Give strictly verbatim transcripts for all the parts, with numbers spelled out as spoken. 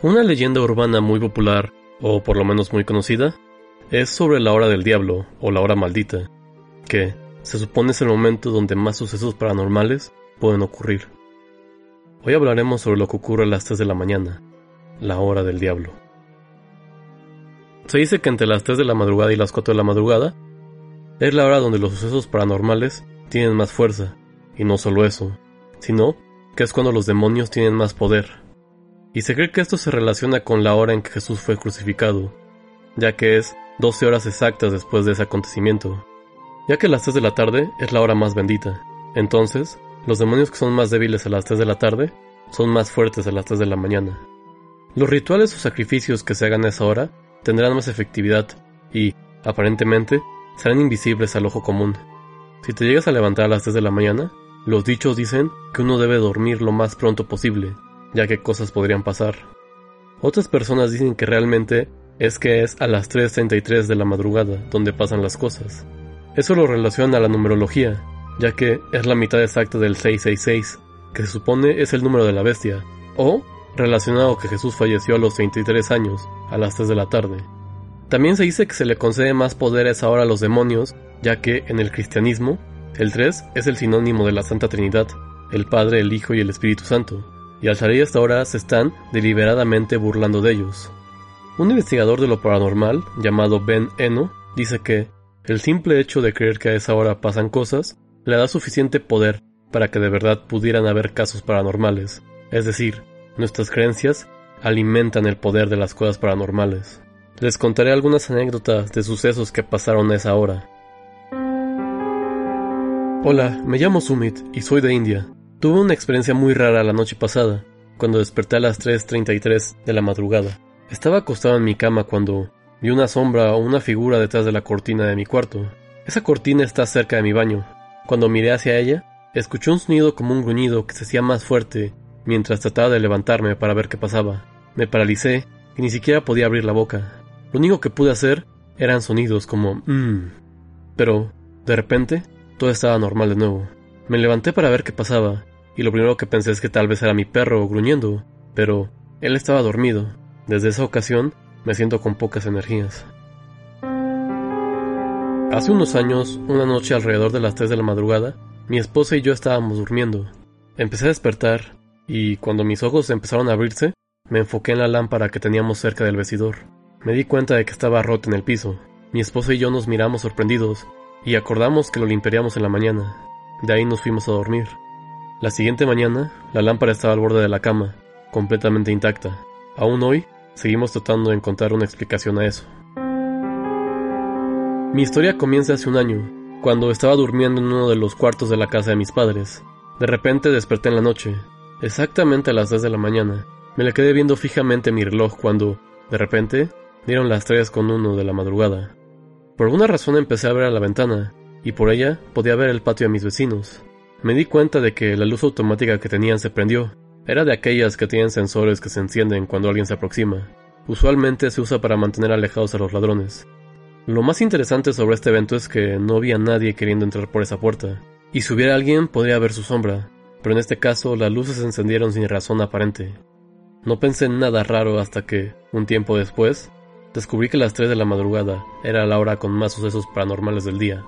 Una leyenda urbana muy popular, o por lo menos muy conocida, es sobre la hora del diablo, o la hora maldita, que se supone es el momento donde más sucesos paranormales pueden ocurrir. Hoy hablaremos sobre lo que ocurre a las tres de la mañana, la hora del diablo. Se dice que entre las tres de la madrugada y las cuatro de la madrugada es la hora donde los sucesos paranormales tienen más fuerza, y no solo eso, sino que es cuando los demonios tienen más poder. Y se cree que esto se relaciona con la hora en que Jesús fue crucificado, ya que es doce horas exactas después de ese acontecimiento, ya que las tres de la tarde es la hora más bendita. Entonces, los demonios que son más débiles a las tres de la tarde son más fuertes a las tres de la mañana. Los rituales o sacrificios que se hagan a esa hora tendrán más efectividad y, aparentemente, serán invisibles al ojo común. Si te llegas a levantar a las tres de la mañana, los dichos dicen que uno debe dormir lo más pronto posible, ya que cosas podrían pasar. Otras personas dicen que realmente es que es a las tres treinta y tres de la madrugada donde pasan las cosas. Eso lo relaciona a la numerología, ya que es la mitad exacta del seiscientos sesenta y seis, que se supone es el número de la bestia, o relacionado que Jesús falleció a los treinta y tres años, a las tres de la tarde. También se dice que se le concede más poder a esa hora a los demonios, ya que en el cristianismo, el tres es el sinónimo de la Santa Trinidad, el Padre, el Hijo y el Espíritu Santo, y al salir a esta hora se están deliberadamente burlando de ellos. Un investigador de lo paranormal, llamado Ben Eno, dice que el simple hecho de creer que a esa hora pasan cosas, le da suficiente poder para que de verdad pudieran haber casos paranormales. Es decir, nuestras creencias alimentan el poder de las cosas paranormales. Les contaré algunas anécdotas de sucesos que pasaron a esa hora. Hola, me llamo Sumit y soy de India. Tuve una experiencia muy rara la noche pasada, cuando desperté a las tres treinta y tres de la madrugada. Estaba acostado en mi cama cuando vi una sombra o una figura detrás de la cortina de mi cuarto. Esa cortina está cerca de mi baño. Cuando miré hacia ella, escuché un sonido como un gruñido que se hacía más fuerte mientras trataba de levantarme para ver qué pasaba. Me paralicé y ni siquiera podía abrir la boca. Lo único que pude hacer eran sonidos como mmm. Pero, de repente, todo estaba normal de nuevo. Me levanté para ver qué pasaba, y lo primero que pensé es que tal vez era mi perro gruñendo, pero él estaba dormido. Desde esa ocasión, me siento con pocas energías. Hace unos años, una noche alrededor de las tres de la madrugada, mi esposa y yo estábamos durmiendo. Empecé a despertar, y cuando mis ojos empezaron a abrirse, me enfoqué en la lámpara que teníamos cerca del vestidor. Me di cuenta de que estaba rota en el piso. Mi esposa y yo nos miramos sorprendidos, y acordamos que lo limpiaríamos en la mañana. De ahí nos fuimos a dormir. La siguiente mañana, la lámpara estaba al borde de la cama, completamente intacta. Aún hoy, seguimos tratando de encontrar una explicación a eso. Mi historia comienza hace un año, cuando estaba durmiendo en uno de los cuartos de la casa de mis padres. De repente desperté en la noche, exactamente a las tres de la mañana. Me le quedé viendo fijamente mi reloj cuando, de repente, dieron las tres con uno de la madrugada. Por alguna razón empecé a ver a la ventana, y por ella podía ver el patio de mis vecinos. Me di cuenta de que la luz automática que tenían se prendió. Era de aquellas que tienen sensores que se encienden cuando alguien se aproxima. Usualmente se usa para mantener alejados a los ladrones. Lo más interesante sobre este evento es que no había nadie queriendo entrar por esa puerta, y si hubiera alguien podría ver su sombra, pero en este caso las luces se encendieron sin razón aparente. No pensé en nada raro hasta que, un tiempo después, descubrí que las tres de la madrugada era la hora con más sucesos paranormales del día.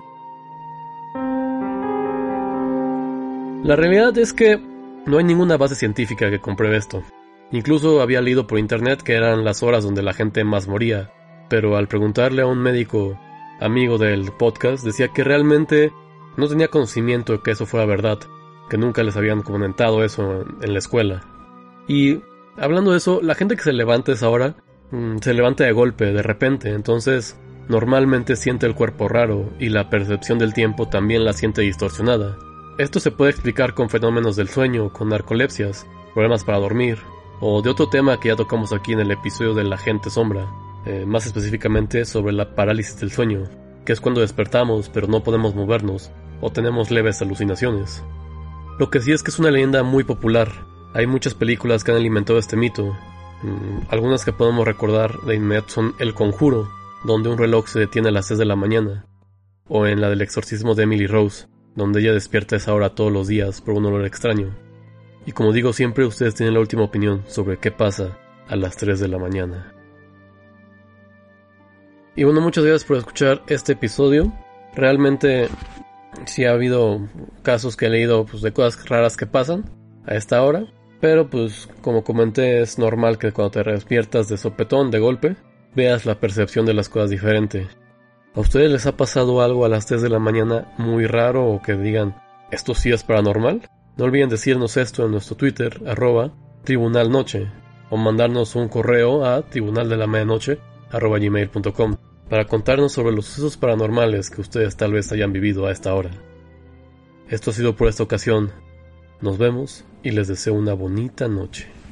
La realidad es que no hay ninguna base científica que compruebe esto. Incluso había leído por internet que eran las horas donde la gente más moría, pero al preguntarle a un médico amigo del podcast decía que realmente no tenía conocimiento de que eso fuera verdad, que nunca les habían comentado eso en la escuela. Y hablando de eso, la gente que se levanta a esa hora mmm, se levanta de golpe, de repente, entonces normalmente siente el cuerpo raro y la percepción del tiempo también la siente distorsionada. Esto se puede explicar con fenómenos del sueño, con narcolepsias, problemas para dormir, o de otro tema que ya tocamos aquí en el episodio de la gente sombra, eh, más específicamente sobre la parálisis del sueño, que es cuando despertamos pero no podemos movernos, o tenemos leves alucinaciones. Lo que sí es que es una leyenda muy popular. Hay muchas películas que han alimentado este mito. Mm, algunas que podemos recordar de inmediato son El Conjuro, donde un reloj se detiene a las seis de la mañana, o en la del exorcismo de Emily Rose, donde ella despierta a esa hora todos los días por un olor extraño. Y como digo siempre, ustedes tienen la última opinión sobre qué pasa a las tres de la mañana. Y bueno, muchas gracias por escuchar este episodio. Realmente sí ha habido casos que he leído pues, de cosas raras que pasan a esta hora. Pero pues como comenté, es normal que cuando te despiertas de sopetón, de golpe, veas la percepción de las cosas diferente. ¿A ustedes les ha pasado algo a las tres de la mañana muy raro o que digan, esto sí es paranormal? No olviden decirnos esto en nuestro Twitter, arroba tribunalnoche, o mandarnos un correo a tribunaldelamedianoche arroba gmail punto com para contarnos sobre los sucesos paranormales que ustedes tal vez hayan vivido a esta hora. Esto ha sido por esta ocasión. Nos vemos y les deseo una bonita noche.